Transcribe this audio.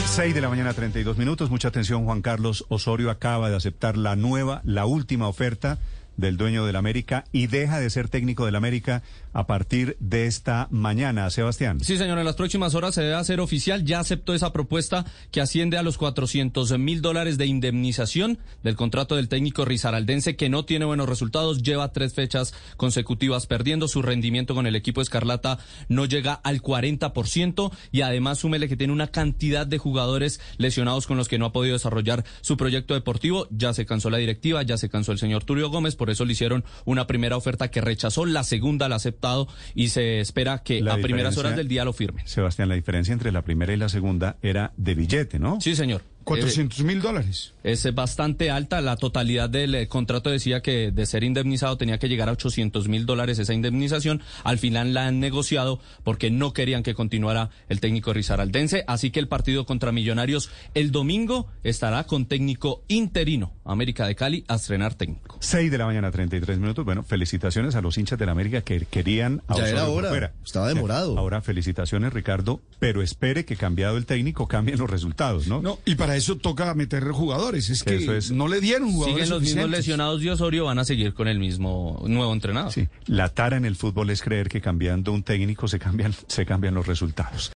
6 de la mañana, 32 minutos. Mucha atención, Juan Carlos Osorio acaba de aceptar la última oferta del dueño del América y deja de ser técnico del América a partir de esta mañana. Sebastián. Sí, señor, en las próximas horas se debe hacer oficial. Ya aceptó esa propuesta que asciende a los $400.000 de indemnización del contrato del técnico risaraldense, que no tiene buenos resultados, lleva 3 fechas consecutivas perdiendo, su rendimiento con el equipo escarlata no llega al 40% y además súmele que tiene una cantidad de jugadores lesionados con los que no ha podido desarrollar su proyecto deportivo. Ya se cansó la directiva, ya se cansó el señor Tulio Gómez, por eso le hicieron una primera oferta que rechazó, la segunda la ha aceptado y se espera que a primeras horas del día lo firmen. Sebastián, la diferencia entre la primera y la segunda era de billete, ¿no? Sí, señor. $400.000. Es bastante alta. La totalidad del contrato decía que de ser indemnizado tenía que llegar a $800.000 esa indemnización. Al final la han negociado porque no querían que continuara el técnico risaraldense. Así que el partido contra Millonarios el domingo estará con técnico interino. América de Cali a estrenar técnico. 6 de la mañana, 33 minutos. Bueno, felicitaciones a los hinchas del América que querían a Ya era Osorio hora. fuera. Estaba demorado. Ahora felicitaciones, Ricardo, pero espere que cambiado el técnico cambien los resultados, ¿no? No, y para eso toca meter jugadores. Es que Eso es. no le dieron jugadores Siguen los mismos suficientes. lesionados de Osorio, van a seguir con el mismo nuevo entrenador. Sí, la tara en el fútbol es creer que cambiando un técnico se cambian los resultados.